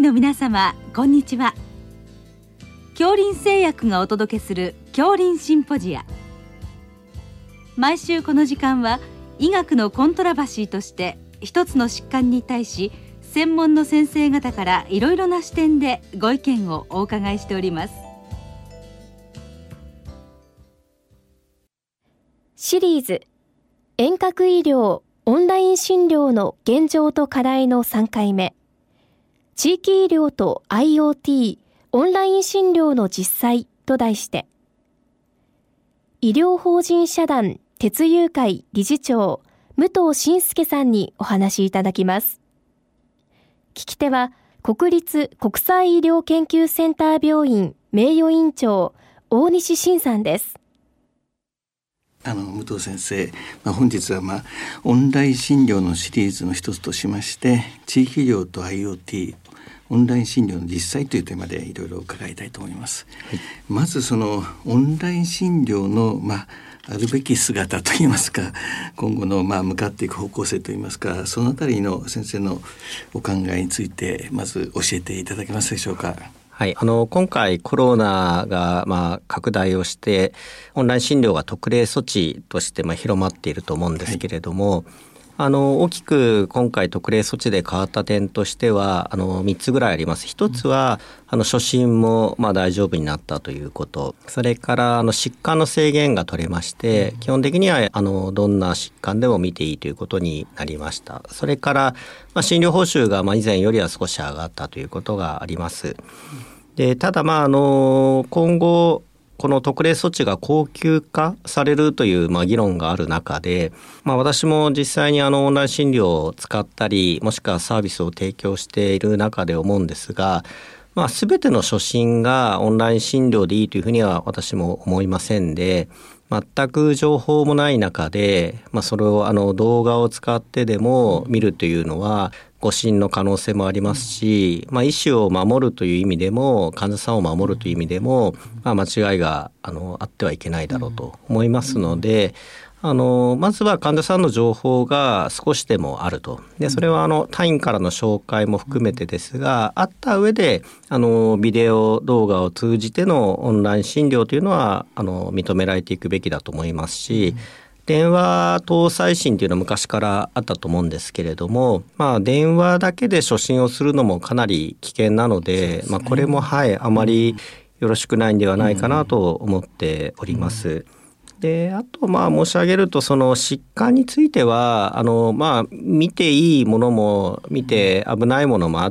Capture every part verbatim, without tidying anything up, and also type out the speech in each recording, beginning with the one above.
の皆様、こんにちは。杏林製薬がお届けする杏林シンポジア。毎週この時間は医学のコントラバシーとして一つの疾患に対し専門の先生方からいろいろな視点でご意見をお伺いしております。 シリーズ遠隔医療オンライン診療の現状と課題のさんかいめ、地域医療と アイオーティー オンライン診療の実際と題して、医療法人社団鉄友会理事長武藤信介さんにお話しいただきます。聞き手は国立国際医療研究センター病院名誉院長大西晋さんです。 あの武藤先生、まあ、本日は、まあ、オンライン診療のシリーズの一つとしまして地域医療と アイオーティー オンライン診療の実際というテーマでいろいろ伺いたいと思います、はい、まずそのオンライン診療の、まあ、あるべき姿といいますか、今後のまあ向かっていく方向性といいますか、そのあたりの先生のお考えについてまず教えていただけますでしょうか。 はい、あの今回コロナがまあ拡大をしてオンライン診療が特例措置としてまあ広まっていると思うんですけれども、はい、あの大きく今回特例措置で変わった点としてはあのみっつぐらいあります。一つはあの初診もまあ大丈夫になったということ、それからあの疾患の制限が取れまして、基本的にはあのどんな疾患でも見ていいということになりました。それからまあ診療報酬がまあ以前よりは少し上がったということがあります。でただまああの今後この特例措置が恒久化されるというまあ議論がある中で、まあ、私も実際にあのオンライン診療を使ったりもしくはサービスを提供している中で思うんですが、まあ、全ての初診がオンライン診療でいいというふうには私も思いませんで、全く情報もない中で、まあ、それをあの動画を使ってでも見るというのは誤診の可能性もありますし、まあ、医師を守るという意味でも患者さんを守るという意味でも、まあ、間違いがあのあってはいけないだろうと思いますので、あのまずは患者さんの情報が少しでもあると。でそれはあの他院からの紹介も含めてですが、あった上であのビデオ動画を通じてのオンライン診療というのはあの認められていくべきだと思いますし、電話搭載診というのは昔からあったと思うんですけれども、まあ、電話だけで初診をするのもかなり危険なので、まあ、これも、はい、あまりよろしくないんではないかなと思っております。であとまあ申し上げると、その疾患についてはあのまあ見ていいものも見て危ないものもあって、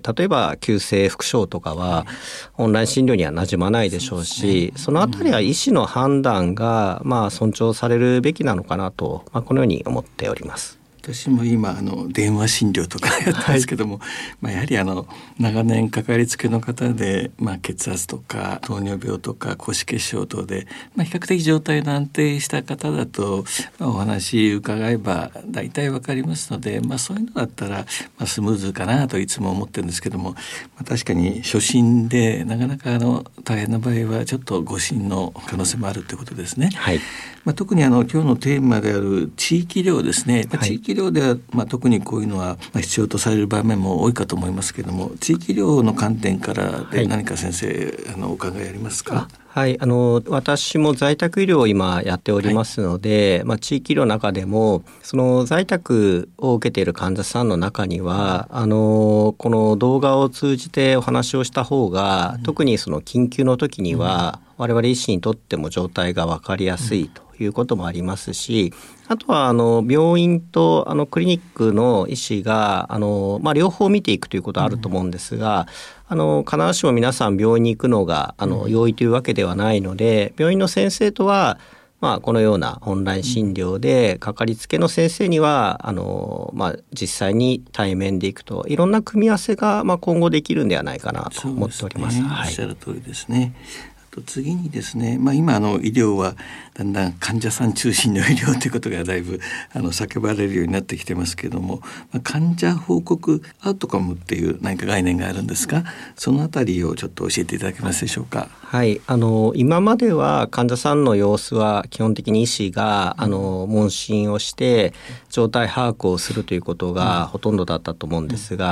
例えば急性副症とかはオンライン診療には馴染まないでしょうし、そのあたりは医師の判断がまあ尊重されるべきなのかなと、まあ、このように思っております。 私も今あの電話診療とかやってますけども、はい、まあ、やはりあの長年かかりつけの方で、まあ、血圧とか糖尿病とか高脂血症等で、まあ、比較的状態の安定した方だと、まあ、お話伺えば大体わかりますので、まあ、そういうのだったら、まあ、スムーズかなといつも思ってるんですけども、まあ、確かに初診でなかなかあの大変な場合はちょっと誤診の可能性もあるということですね。 はい、 まあ、特にあの今日のテーマである地域医療ですね、まあ、地域医療では、まあ、特にこういうのは必要とされる場面も多いかと思いますけれども、地域医療の観点からで何か先生、はい、あのお考えありますか。 はい、あの私も在宅医療を今やっておりますので、はい、まあ、地域医療の中でもその在宅を受けている患者さんの中にはあのこの動画を通じてお話をした方が、うん、特にその緊急の時には、うん、我々医師にとっても状態が分かりやすいということもありますし、あとはあの病院とあのクリニックの医師があの、まあ、両方見ていくということはあると思うんですが、あの必ずしも皆さん病院に行くのがあの容易というわけではないので、病院の先生とはまあ、このようなオンライン診療でかかりつけの先生にはあの、まあ、実際に対面でいくといろんな組み合わせがまあ今後できるんではないかなと思っております。 そうですね、はい、おっしゃる通りですね。と次にですね、まあ、今あの医療はだんだん患者さん中心の医療ということがだいぶあの叫ばれるようになってきてますけども、まあ、患者報告アウトカムっていう何か概念があるんですか、そのあたりをちょっと教えていただけますでしょうか。 はい、あの今までは患者さんの様子は基本的に医師があの問診をして状態把握をするということがほとんどだったと思うんですが、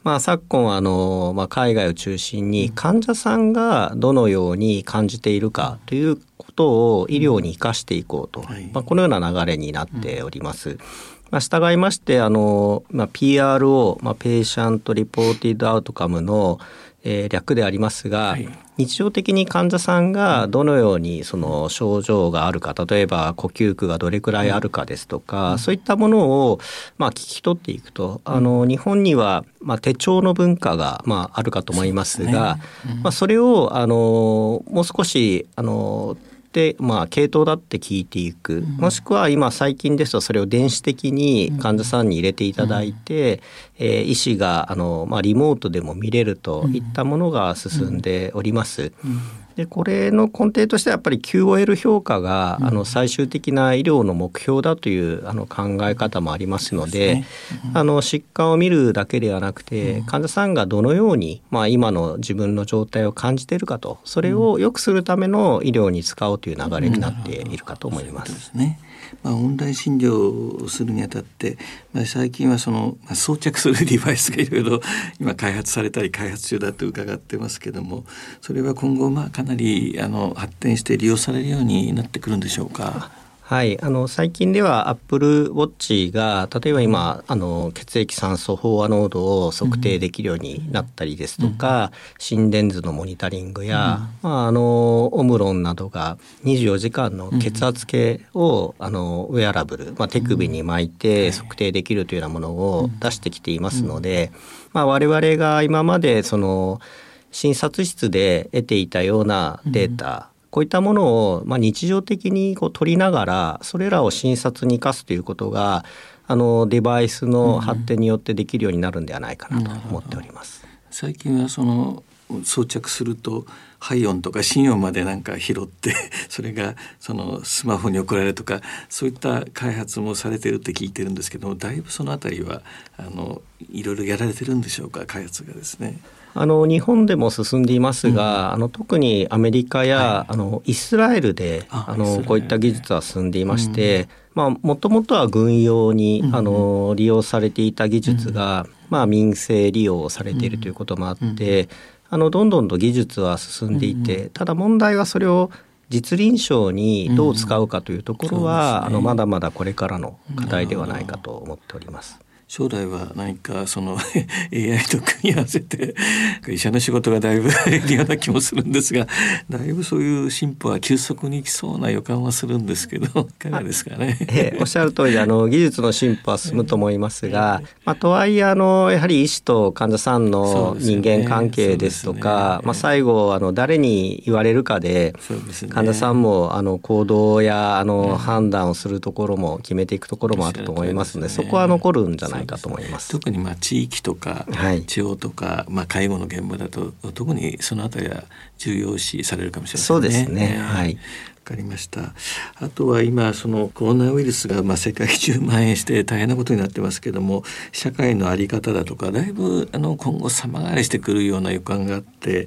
まあ、昨今はあの、まあ、海外を中心に患者さんがどのように感じているかということを医療に生かしていこうと、まあ、このような流れになっております。まあ、従いましてあの、まあ、ピーアールオー、まあ、ペーシャントリポーティッドアウトカムの、えー、略でありますが、はい、日常的に患者さんがどのようにその症状があるか、例えば呼吸苦がどれくらいあるかですとか、うん、そういったものをまあ聞き取っていくと、あの日本にはまあ手帳の文化がまああるかと思いますが、そ、ねうんまあ、それをあのもう少しあのでまあ、系統だって聞いていく、うん、もしくは今最近ですとそれを電子的に患者さんに入れていただいて、うんえー、医師があの、まあ、リモートでも見れるといったものが進んでおります。うんうんでこれの根底としてはやっぱり キューオーエル 評価が、うん、あの最終的な医療の目標だというあの考え方もありますので、ねうん、あの疾患を見るだけではなくて、うん、患者さんがどのように、まあ、今の自分の状態を感じているかと、それを良くするための医療に使おうという流れになっているかと思います。 うん、そうですね。まあ、オンライン診療をするにあたって、まあ、最近はその、まあ、装着するデバイスがいろいろ今開発されたり開発中だと伺ってますけども、それは今後まあかなりあの発展して利用されるようになってくるんでしょうか。 はい、あの最近では Apple Watch が例えば今あの血液酸素飽和濃度を測定できるようになったりですとか、うん、心電図のモニタリングや、うんまあ、あのオムロンなどがにじゅうよじかんの血圧計を、うん、あのウェアラブル、まあ、手首に巻いて測定できるというようなものを出してきていますので、まあ、我々が今までその診察室で得ていたようなデータ、うんこういったものを、まあ、日常的にこう取りながらそれらを診察に生かすということがあのデバイスの発展によってできるようになるんではないかなと思っております。 うん、最近はその装着すると肺音とか心音までなんか拾ってそれがそのスマホに送られるとかそういった開発もされているって聞いてるんですけども、だいぶそのあたりはあのいろいろやられてるんでしょうか、開発がですね。 あの日本でも進んでいますが、うん、あの特にアメリカや、はい、あのイスラエルでああのこういった技術は進んでいまして、うんまあ、もともとは軍用に、うん、あの利用されていた技術が、うんまあ、民生利用されているということもあって、うん、あのどんどんと技術は進んでいて、うん、ただ問題はそれを実臨床にどう使うかというところは、うんね、あのまだまだこれからの課題ではないかと思っております。 将来は何かそのエーアイ と組み合わせて医者の仕事がだいぶ減るような気もするんですが、だいぶそういう進歩は急速にいきそうな予感はするんですけど、いかがですかね。 ええ、おっしゃる通りあの技術の進歩は進むと思いますが、まあ、とはいえあのやはり医師と患者さんの人間関係ですとか、まあ、最後あの誰に言われるかで患者さんもあの行動やあの判断をするところも決めていくところもあると思いますので、そこは残るんじゃないかと思います。 特にまあ地域とか地方とか、はいまあ、介護の現場だと特にそのあたりは重要視されるかもしれませんね。 そうですね、はい、 わかりました。あとは今そのコロナウイルスがまあ世界中蔓延して大変なことになってますけども、社会の在り方だとかだいぶあの今後様変わりしてくるような予感があって、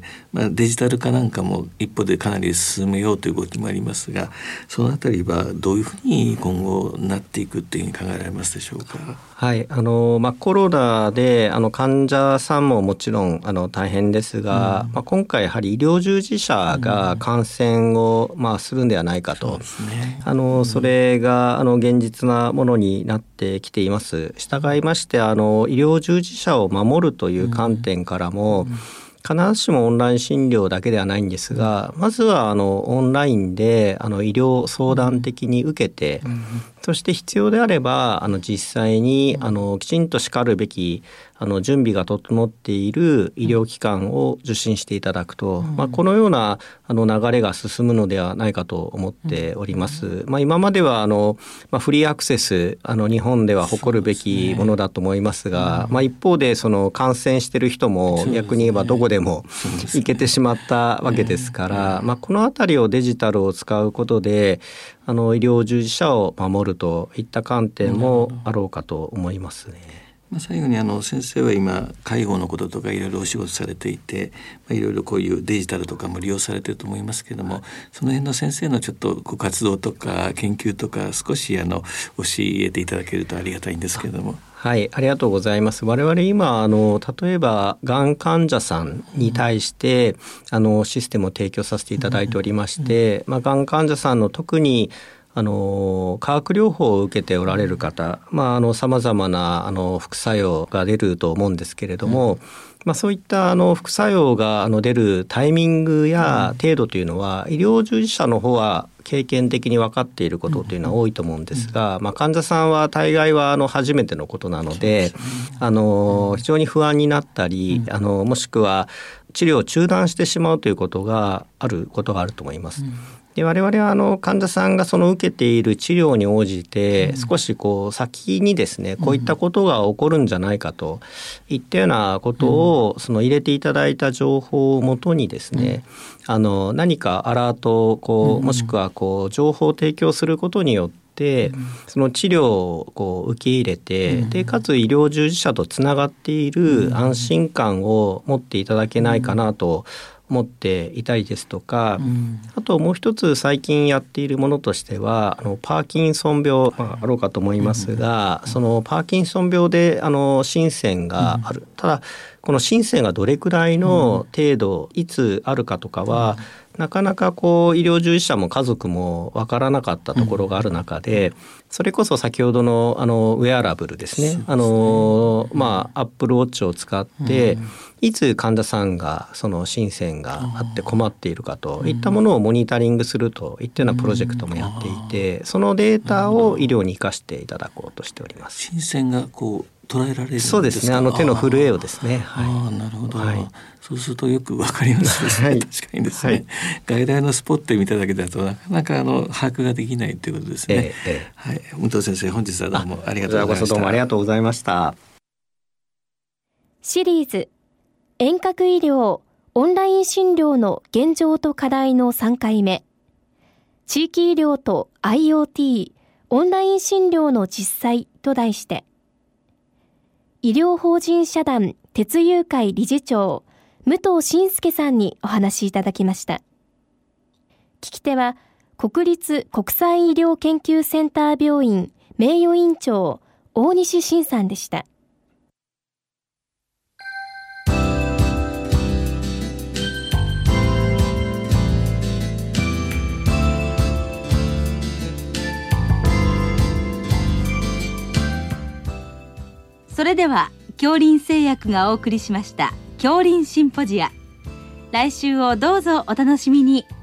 まあ、デジタル化なんかも一歩でかなり進めようという動きもありますが、そのあたりはどういうふうに今後なっていくっていうふうに考えられますでしょうか。 はいあのまあ、コロナであの患者さんももちろんあの大変ですが、うんまあ、今回やはり医療従事者が感染を、まあ、するんではないかと、うん そうですね、あのそれがあの現実なものになってきています。従いましてあの医療従事者を守るという観点からも、うんうん必ずしもオンライン診療だけではないんですが、まずはあのオンラインであの医療相談的に受けて、そして必要であればあの実際にあのきちんとしかるべきあの準備が整っている医療機関を受診していただくと、まあ、このようなあの流れが進むのではないかと思っております。まあ、今まではあの、まあ、フリーアクセスあの日本では誇るべきものだと思いますが、まあ、一方でその感染している人も逆に言えばどこでも行けてしまったわけですから、まあ、このあたりをデジタルを使うことであの医療従事者を守るといった観点もあろうかと思いますね。 まあ、最後にあの先生は今介護のこととかいろいろお仕事されていて、まあ、いろいろこういうデジタルとかも利用されていると思いますけども、はい、その辺の先生のちょっとご活動とか研究とか少しあの教えていただけるとありがたいんですけれども。 はい、ありがとうございます。我々今あの例えばがん患者さんに対して、うん、あのシステムを提供させていただいておりまして、うん、まあ、がん患者さんの特にあの化学療法を受けておられる方、まあ、あの様々なあの副作用が出ると思うんですけれども、うん、まあ、そういったあの副作用があの出るタイミングや程度というのは、医療従事者の方は経験的に分かっていることというのは多いと思うんですが、まあ、患者さんは大概はあの初めてのことなので、あの非常に不安になったり、あのもしくは治療を中断してしまうということがあることがあると思います。で我々はあの患者さんがその受けている治療に応じて少しこう先にですね、こういったことが起こるんじゃないかといったようなことをその入れていただいた情報をもとにですね、あの何かアラートをこうもしくはこう情報を提供することによってその治療をこう受け入れて、でかつ医療従事者とつながっている安心感を持っていただけないかなと持っていたりですとか、うん、あともう一つ最近やっているものとしてはあのパーキンソン病、まあ、あろうかと思いますが、うん、そのパーキンソン病であの心線がある、うん、ただこの心線がどれくらいの程度、うん、いつあるかとかは、うん、なかなかこう医療従事者も家族も分からなかったところがある中で、うん、それこそ先ほどのあのウェアラブルですね、そうですね、あのまあアップルウォッチを使って、うん、いつ患者さんがその心線があって困っているかといったものをモニタリングするといったようなプロジェクトもやっていて、そのデータを医療に生かしていただこうとしております。 心線がこう捉えられるんですか？ そうですね、あの手の震えをですね。 あ、はい、あ、なるほど、はい、そうするとよくわかりますですね、はい、確かにですね、はい、外来のスポットで見ただけだとなかなかあの把握ができないということですね、ええはい、武藤先生本日はどうもありがとうございました。 どうもありがとうございました。 シリーズ遠隔医療オンライン診療の現状と課題のさんかいめ、地域医療と アイオーティー オンライン診療の実際と題して、医療法人社団鉄友会理事長武藤信介さんにお話しいただきました。聞き手は国立国際医療研究センター病院名誉院長大西晋さんでした。 それでは杏林製薬がお送りしました杏林シンポジア、来週をどうぞお楽しみに。